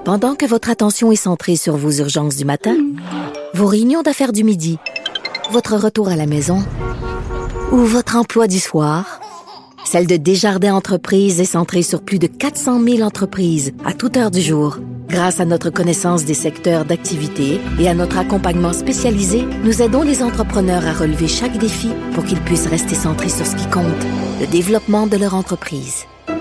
Pendant que votre attention est centrée sur vos urgences du matin, vos réunions d'affaires du midi, votre retour à la maison ou votre emploi du soir, celle de Desjardins Entreprises est centrée sur plus de 400 000 entreprises à toute heure du jour. Grâce à notre connaissance des secteurs d'activité et à notre accompagnement spécialisé, nous aidons les entrepreneurs à relever chaque défi pour qu'ils puissent rester centrés sur ce qui compte, le développement de leur entreprise.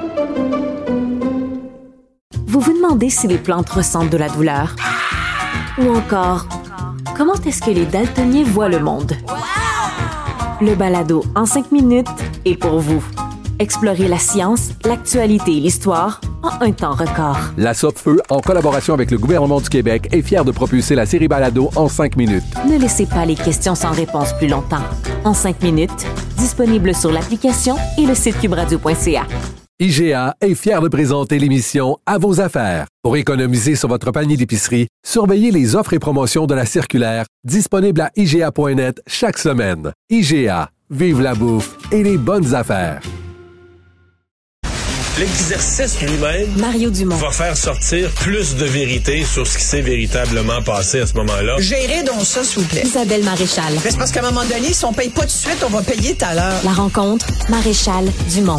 Vous vous demandez si les plantes ressentent de la douleur? Ou encore, comment est-ce que les daltoniens voient le monde? Le balado en 5 minutes est pour vous. Explorez la science, l'actualité et l'histoire en un temps record. La Sopfeu, en collaboration avec le gouvernement du Québec, est fière de propulser la série Balado en 5 minutes. Ne laissez pas les questions sans réponse plus longtemps. En 5 minutes, disponible sur l'application et le site cubradio.ca. IGA est fier de présenter l'émission À vos affaires. Pour économiser sur votre panier d'épicerie, surveillez les offres et promotions de la circulaire disponible à IGA.net chaque semaine. IGA, vive la bouffe et les bonnes affaires. L'exercice lui-même Mario Dumont va faire sortir plus de vérité sur ce qui s'est véritablement passé à ce moment-là. Gérez donc ça, s'il vous plaît. Isabelle Maréchal. Mais c'est parce qu'à un moment donné, si on paye pas tout de suite, on va payer tout à l'heure. La rencontre, Maréchal Dumont.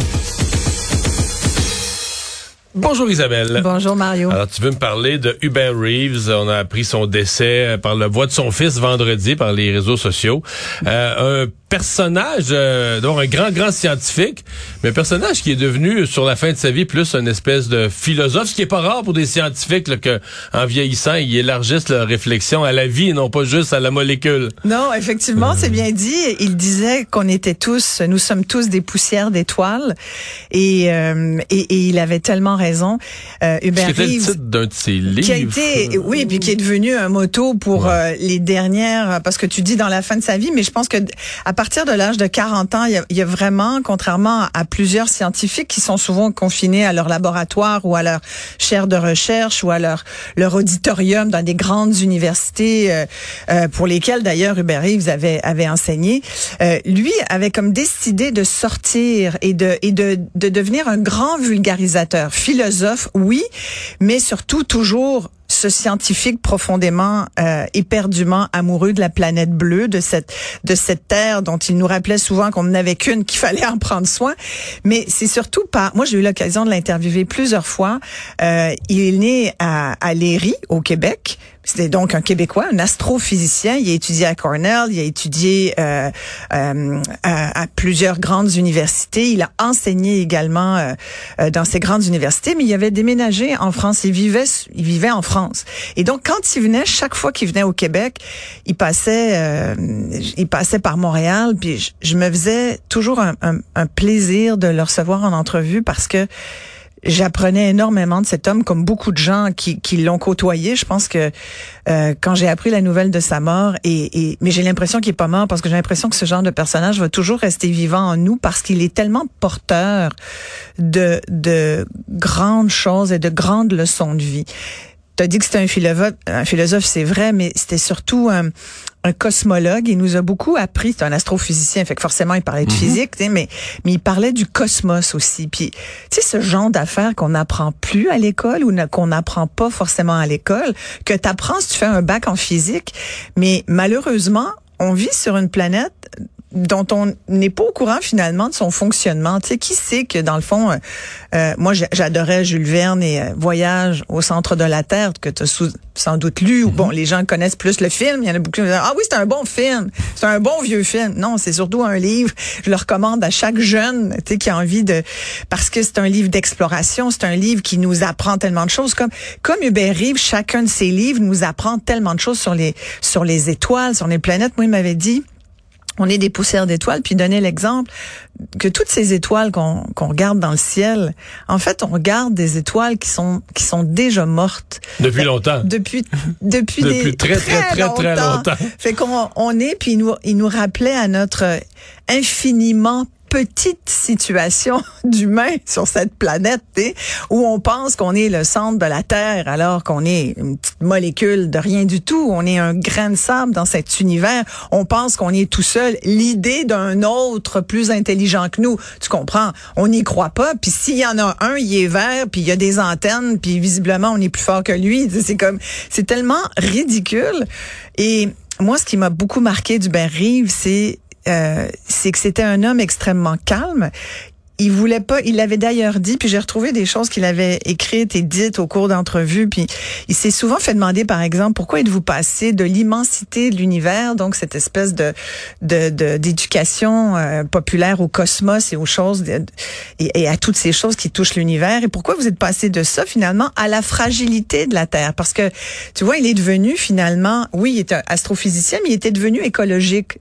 Bonjour Isabelle. Bonjour Mario. Alors tu veux me parler de Hubert Reeves. On a appris son décès par la voix de son fils vendredi par les réseaux sociaux. Un personnage, donc un grand scientifique, mais un personnage qui est devenu sur la fin de sa vie plus une espèce de philosophe, ce qui est pas rare pour des scientifiques là, que en vieillissant ils élargissent leur réflexion à la vie et non pas juste à la molécule. Non, effectivement, c'est bien dit. Il disait nous sommes tous des poussières d'étoiles et il avait tellement raison. Hubert C'était Reeves, le titre d'un de ses livres. qui a été, oui, puis qui est devenu un motto pour les dernières, parce que tu dis dans la fin de sa vie, mais je pense que à partir de l'âge de 40 ans, il y a vraiment, contrairement à plusieurs scientifiques qui sont souvent confinés à leur laboratoire ou à leur chaire de recherche ou à leur auditorium dans des grandes universités pour lesquelles d'ailleurs Hubert Reeves avait enseigné, lui avait comme décidé de sortir et de devenir un grand vulgarisateur, philosophe, oui, mais surtout toujours ce scientifique profondément éperdument amoureux de la planète bleue, de cette terre dont il nous rappelait souvent qu'on n'avait qu'une, qu'il fallait en prendre soin. Mais c'est surtout moi j'ai eu l'occasion de l'interviewer plusieurs fois. Il est né à Léry, au Québec. C'était donc un Québécois, un astrophysicien. Il a étudié à Cornell, il a étudié à plusieurs grandes universités. Il a enseigné également dans ces grandes universités, mais il avait déménagé en France. Il vivait en France. Et donc, quand il venait, chaque fois qu'il venait au Québec, il passait par Montréal. Puis je me faisais toujours un plaisir de le recevoir en entrevue parce que j'apprenais énormément de cet homme, comme beaucoup de gens qui l'ont côtoyé. Je pense que quand j'ai appris la nouvelle de sa mort, mais j'ai l'impression qu'il est pas mort parce que j'ai l'impression que ce genre de personnage va toujours rester vivant en nous parce qu'il est tellement porteur de grandes choses et de grandes leçons de vie. Tu as dit que c'était un philosophe, c'est vrai, mais c'était surtout un cosmologue. Il nous a beaucoup appris. C'est un astrophysicien, fait que forcément, il parlait de physique, mais il parlait du cosmos aussi. Puis, tu sais, ce genre d'affaires qu'on n'apprend plus à l'école ou qu'on n'apprend pas forcément à l'école, que tu apprends si tu fais un bac en physique. Mais malheureusement, on vit sur une planète dont on n'est pas au courant finalement de son fonctionnement. Tu sais, qui sait que dans le fond, moi j'adorais Jules Verne et Voyage au centre de la Terre, que tu as sans doute lu, ou bon, les gens connaissent plus le film, il y en a beaucoup qui disent « Ah oui, c'est un bon film, c'est un bon vieux film ». Non, c'est surtout un livre, je le recommande à chaque jeune, tu sais, qui a envie parce que c'est un livre d'exploration, c'est un livre qui nous apprend tellement de choses, comme Hubert Reeves, chacun de ses livres nous apprend tellement de choses sur les étoiles, sur les planètes. Moi, il m'avait dit, on est des poussières d'étoiles, puis donner l'exemple que toutes ces étoiles qu'on regarde dans le ciel, en fait, on regarde des étoiles qui sont déjà mortes. Depuis longtemps. Depuis très longtemps. Fait qu'on est, puis il nous rappelait à notre infiniment petite situation d'humain sur cette planète, où on pense qu'on est le centre de la Terre alors qu'on est une petite molécule de rien du tout. On est un grain de sable dans cet univers. On pense qu'on est tout seul. L'idée d'un autre plus intelligent que nous, tu comprends, on n'y croit pas. Puis s'il y en a un, il est vert, puis il y a des antennes, puis visiblement on est plus fort que lui. C'est tellement ridicule. Et moi, ce qui m'a beaucoup marqué d'Hubert Reeves, c'est que c'était un homme extrêmement calme. Il voulait pas, il l'avait d'ailleurs dit, puis j'ai retrouvé des choses qu'il avait écrites et dites au cours d'entrevues, puis il s'est souvent fait demander, par exemple, pourquoi êtes-vous passé de l'immensité de l'univers, donc cette espèce d'éducation populaire au cosmos et aux choses, et à toutes ces choses qui touchent l'univers, et pourquoi vous êtes passé de ça, finalement, à la fragilité de la Terre? Parce que, tu vois, il est devenu, finalement, oui, il est un astrophysicien, mais il était devenu écologiste,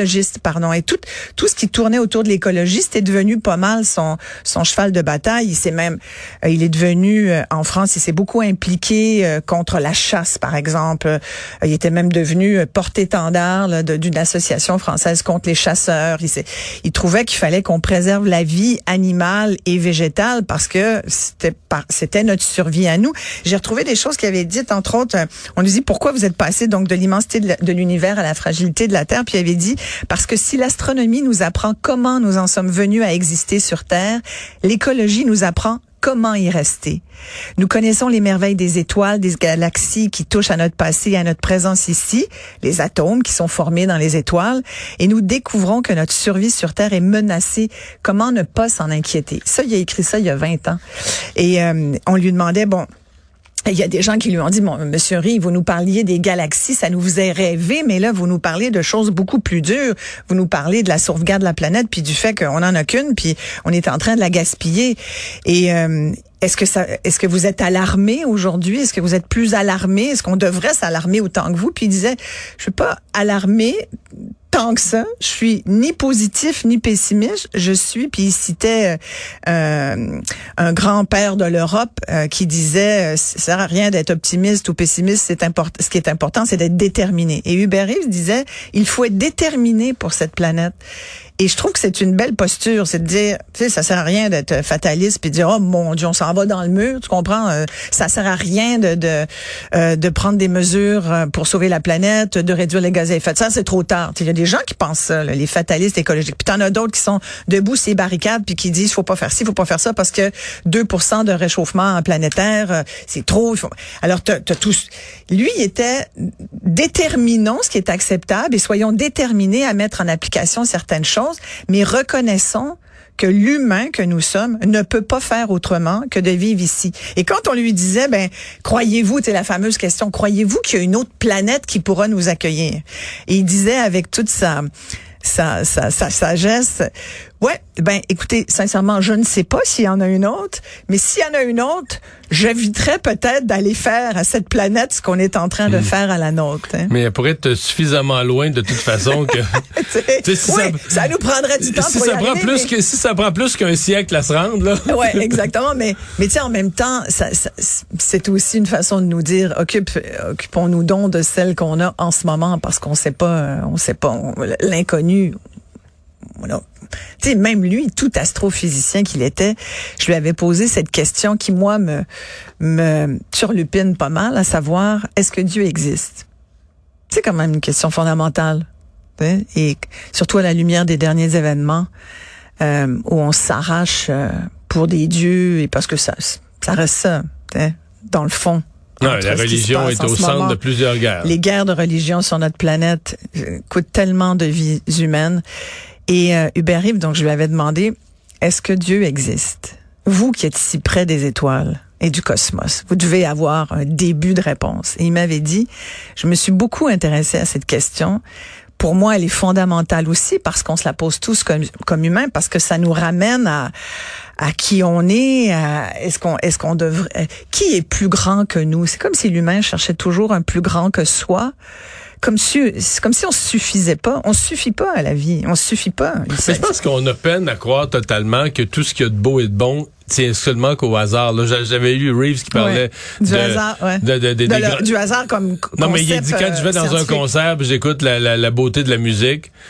et tout ce qui tournait autour de l'écologie, c'était devenu pas mal son cheval de bataille. Il est devenu, en France, il s'est beaucoup impliqué contre la chasse, par exemple. Il était même devenu porte-étendard d'une association française contre les chasseurs. Il trouvait qu'il fallait qu'on préserve la vie animale et végétale parce que c'était notre survie à nous. J'ai retrouvé des choses qu'il avait dites, entre autres, on lui dit pourquoi vous êtes passé donc de l'immensité de l'univers à la fragilité de la Terre, puis il avait dit parce que si l'astronomie nous apprend comment nous en sommes venus à exister sur Terre, l'écologie nous apprend comment y rester. Nous connaissons les merveilles des étoiles, des galaxies qui touchent à notre passé et à notre présence ici, les atomes qui sont formés dans les étoiles, et nous découvrons que notre survie sur Terre est menacée. Comment ne pas s'en inquiéter? Ça, il a écrit ça il y a 20 ans. Et on lui demandait, il y a des gens qui lui ont dit, Monsieur Reeves, vous nous parliez des galaxies, ça nous faisait rêver, mais là, vous nous parlez de choses beaucoup plus dures. Vous nous parlez de la sauvegarde de la planète, puis du fait qu'on en a qu'une, puis on est en train de la gaspiller. Et est-ce que vous êtes alarmé aujourd'hui? Est-ce que vous êtes plus alarmé? Est-ce qu'on devrait s'alarmer autant que vous? Puis il disait, je suis pas alarmé tant que ça. Je suis ni positif ni pessimiste. Puis il citait un grand-père de l'Europe qui disait ça sert à rien d'être optimiste ou pessimiste. Ce qui est important, c'est d'être déterminé. Et Hubert Reeves disait il faut être déterminé pour cette planète. Et je trouve que c'est une belle posture, c'est de dire, tu sais, ça sert à rien d'être fataliste puis de dire, oh mon Dieu, on s'en va dans le mur, tu comprends? Ça sert à rien de prendre des mesures pour sauver la planète, de réduire les gaz à effet de serre, c'est trop tard. Il y a des gens qui pensent ça, là, les fatalistes écologiques. Puis t'en as d'autres qui sont debout sur les barricades puis qui disent, faut pas faire ci, faut pas faire ça parce que 2% de réchauffement planétaire, c'est trop. Alors t'as tous. Lui, il était déterminons ce qui est acceptable et soyons déterminés à mettre en application certaines choses. Mais reconnaissons que l'humain que nous sommes ne peut pas faire autrement que de vivre ici. Et quand on lui disait, croyez-vous, c'est la fameuse question, croyez-vous qu'il y a une autre planète qui pourra nous accueillir? Et il disait avec toute sa sagesse, écoutez, sincèrement, je ne sais pas s'il y en a une autre, mais s'il y en a une autre, j'éviterais peut-être d'aller faire à cette planète ce qu'on est en train de faire à la nôtre. Hein. Mais elle pourrait être suffisamment loin de toute façon que... ça nous prendrait du temps pour y arriver. Si ça prend plus qu'un siècle à se rendre, là. Oui, exactement. Mais tu sais, en même temps, c'est aussi une façon de nous dire, occupons-nous donc de celle qu'on a en ce moment parce qu'on sait pas, l'inconnu. Voilà. Tu sais, même lui, tout astrophysicien qu'il était, je lui avais posé cette question qui, moi, me turlupine pas mal, à savoir, est-ce que Dieu existe? C'est quand même une question fondamentale. Et surtout à la lumière des derniers événements, où on s'arrache pour des dieux, et parce que ça reste ça, dans le fond. Non, la religion est au centre de plusieurs guerres. Les guerres de religion sur notre planète coûtent tellement de vies humaines. Et Hubert Reeves, donc je lui avais demandé, est-ce que Dieu existe? Vous qui êtes si près des étoiles et du cosmos, vous devez avoir un début de réponse. Et il m'avait dit, je me suis beaucoup intéressée à cette question. Pour moi, elle est fondamentale aussi parce qu'on se la pose tous comme humains, parce que ça nous ramène à qui on est, est-ce qu'on devrait, qui est plus grand que nous? C'est comme si l'humain cherchait toujours un plus grand que soi. C'est comme si on suffisait pas. On suffit pas à la vie. On suffit pas. Mais je pense qu'on a peine à croire totalement que tout ce qu'il y a de beau et de bon tient seulement qu'au hasard. Là, j'avais lu Reeves qui parlait du hasard, du hasard comme concept. Non, mais il dit quand je vais dans un concert, puis j'écoute la beauté de la musique.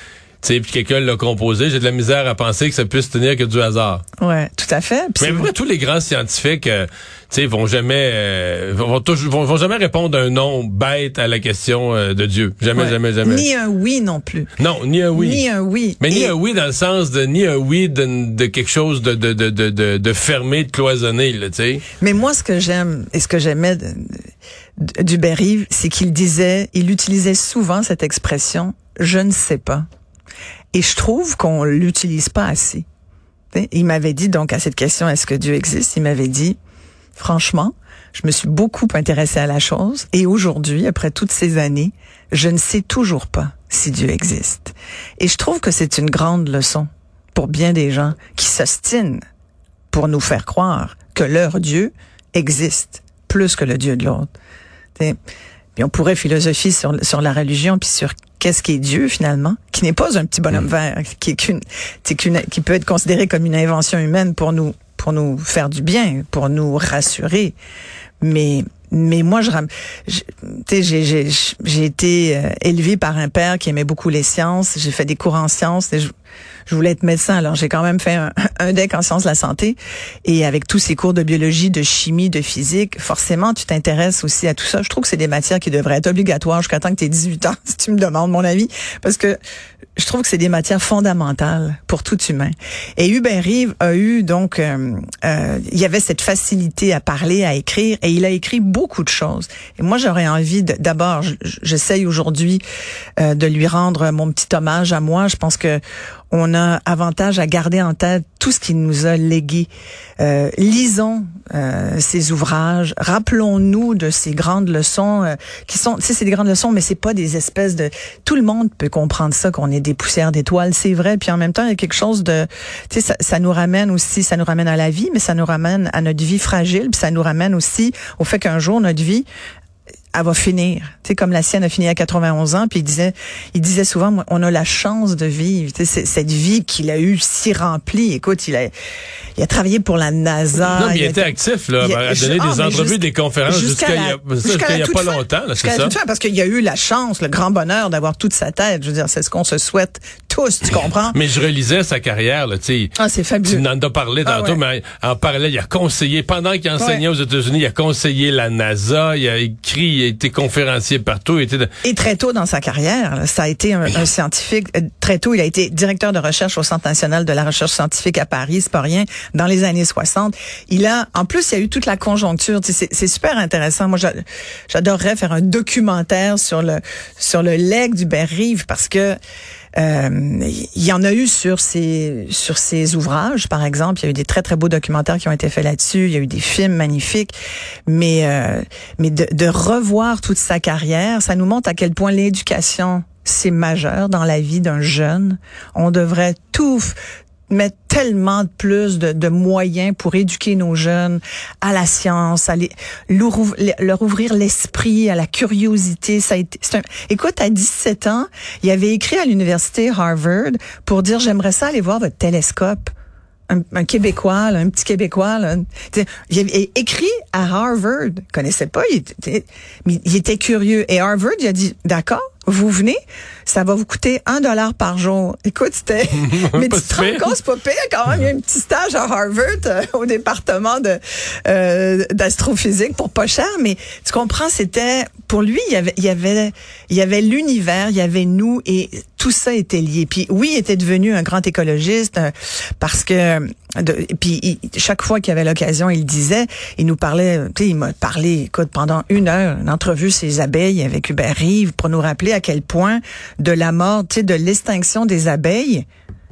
sais, puis quelqu'un l'a composé, j'ai de la misère à penser que ça puisse tenir que du hasard. Ouais, tout à fait. Mais après, tous les grands scientifiques, tu sais, vont jamais répondre un non bête à la question de Dieu. Jamais. Ni un oui non plus. Non, ni un oui. Ni un oui. Mais ni un oui dans le sens de ni un oui de quelque chose de fermé, de cloisonné, là, tu sais. Mais moi, ce que j'aime et ce que j'aimais d'Hubert Reeves, c'est qu'il utilisait souvent cette expression « je ne sais pas ». Et je trouve qu'on l'utilise pas assez. Il m'avait dit, donc, à cette question, est-ce que Dieu existe? Il m'avait dit, franchement, je me suis beaucoup intéressée à la chose. Et aujourd'hui, après toutes ces années, je ne sais toujours pas si Dieu existe. Et je trouve que c'est une grande leçon pour bien des gens qui s'ostinent pour nous faire croire que leur Dieu existe plus que le Dieu de l'autre. Puis on pourrait philosopher sur la religion puis sur qu'est-ce qu'est Dieu finalement, qui n'est pas un petit bonhomme vert, qui peut être considéré comme une invention humaine pour nous faire du bien, pour nous rassurer. Mais moi, j'ai été élevée par un père qui aimait beaucoup les sciences. J'ai fait des cours en sciences. Et je voulais être médecin, alors j'ai quand même fait un DEC en sciences de la santé. Et avec tous ces cours de biologie, de chimie, de physique, forcément, tu t'intéresses aussi à tout ça. Je trouve que c'est des matières qui devraient être obligatoires jusqu'à temps que tu aies 18 ans, si tu me demandes mon avis. Parce que je trouve que c'est des matières fondamentales pour tout humain. Et Hubert Reeves a eu donc, il y avait cette facilité à parler, à écrire, et il a écrit beaucoup de choses. Et moi, j'aurais envie d'abord, j'essaye aujourd'hui de lui rendre mon petit hommage à moi. Je pense que on a avantage à garder en tête tout ce qu'il nous a légué. Lisons ses ouvrages, rappelons-nous de ces grandes leçons qui sont, tu sais, c'est des grandes leçons, mais c'est pas des espèces de... Tout le monde peut comprendre ça, qu'on est des poussières d'étoiles, c'est vrai. Puis en même temps, il y a quelque chose de... Tu sais, ça nous ramène aussi, ça nous ramène à la vie, mais ça nous ramène à notre vie fragile, puis ça nous ramène aussi au fait qu'un jour, notre vie... elle va finir. Tu sais, comme la sienne a fini à 91 ans, puis il disait souvent, on a la chance de vivre. Tu sais, cette vie qu'il a eue si remplie. Écoute, il a travaillé pour la NASA. Non, mais il était actif, là. Il a donné des entrevues, des conférences jusqu'à il y a pas longtemps, là, c'est ça? Parce qu'il a eu la chance, le grand bonheur d'avoir toute sa tête. Je veux dire, c'est ce qu'on se souhaite tous, tu comprends? Mais je relisais sa carrière, là, tu sais. Ah, c'est fabuleux. Tu en as parlé tantôt, mais en parallèle, il a conseillé, pendant qu'il enseignait aux États-Unis, il a conseillé la NASA, il a écrit, il a été conférencier partout. Et très tôt dans sa carrière, là, ça a été un scientifique. Très tôt, il a été directeur de recherche au Centre national de la recherche scientifique à Paris, c'est pas rien, dans les années 60. En plus, il y a eu toute la conjoncture. Tu sais, c'est super intéressant. Moi, j'adorerais faire un documentaire sur le legs d'Hubert Reeves parce que il y en a eu sur ses ouvrages, par exemple. Il y a eu des très, très beaux documentaires qui ont été faits là-dessus. Il y a eu des films magnifiques. Mais de revoir toute sa carrière, ça nous montre à quel point l'éducation, c'est majeur dans la vie d'un jeune. On devrait mettre tellement plus de moyens pour éduquer nos jeunes à la science, leur ouvrir l'esprit, à la curiosité. Écoute, à 17 ans, il avait écrit à l'université Harvard pour dire, j'aimerais ça aller voir votre télescope. Un Québécois, là, un petit Québécois. Là. Il avait écrit à Harvard. Il connaissait pas, il était curieux. Et Harvard, il a dit, d'accord, vous venez, ça va vous coûter $1 par jour. Écoute, c'était... mais tu te rends compte, c'est pas pire quand même. Il y a un petit stage à Harvard au département d'astrophysique pour pas cher. Mais tu comprends, c'était... Pour lui, il y avait l'univers, il y avait nous et tout ça était lié. Puis oui, il était devenu un grand écologiste parce que... puis chaque fois qu'il y avait l'occasion, il disait, il nous parlait, tu sais, il m'a parlé, écoute, pendant 1 heure, une entrevue sur les abeilles avec Hubert Reeves pour nous rappeler à quel point de la mort, tu sais, de l'extinction des abeilles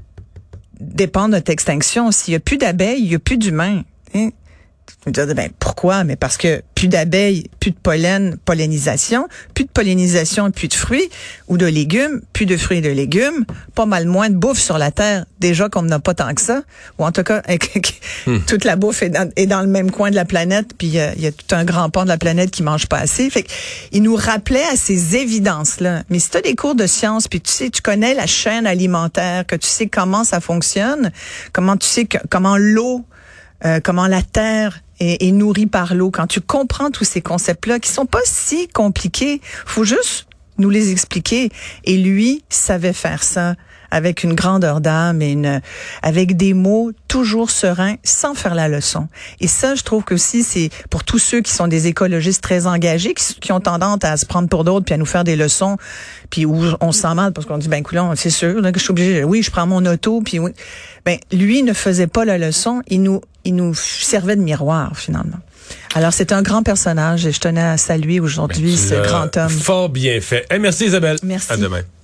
dépend de notre extinction. S'il y a plus d'abeilles, il y a plus d'humains. Hein? Je me disais, ben pourquoi? Mais parce que plus d'abeilles, plus de pollinisation, plus de fruits ou de légumes, plus de fruits et de légumes, pas mal moins de bouffe sur la terre, déjà qu'on n'a pas tant que ça, ou en tout cas, toute la bouffe est dans le même coin de la planète, puis il y a tout un grand pan de la planète qui mange pas assez. Fait il nous rappelait à ces évidences-là. Mais si tu as des cours de sciences, puis tu sais, tu connais la chaîne alimentaire, que tu sais comment ça fonctionne, comment tu sais comment l'eau, comment la terre est nourrie par l'eau. Quand tu comprends tous ces concepts-là, qui sont pas si compliqués, faut juste nous les expliquer. Et lui savait faire ça avec une grandeur d'âme et avec des mots toujours sereins, sans faire la leçon. Et ça, je trouve que aussi, c'est pour tous ceux qui sont des écologistes très engagés, qui ont tendance à se prendre pour d'autres puis à nous faire des leçons, puis où on se sent mal parce qu'on dit, ben, coulon, c'est sûr, là, que je suis obligé, oui, je prends mon auto, puis oui. Ben, lui ne faisait pas la leçon, il nous servait de miroir, finalement. Alors, c'est un grand personnage et je tenais à saluer aujourd'hui ce grand homme. Fort bien fait. Merci Isabelle. Merci. À demain.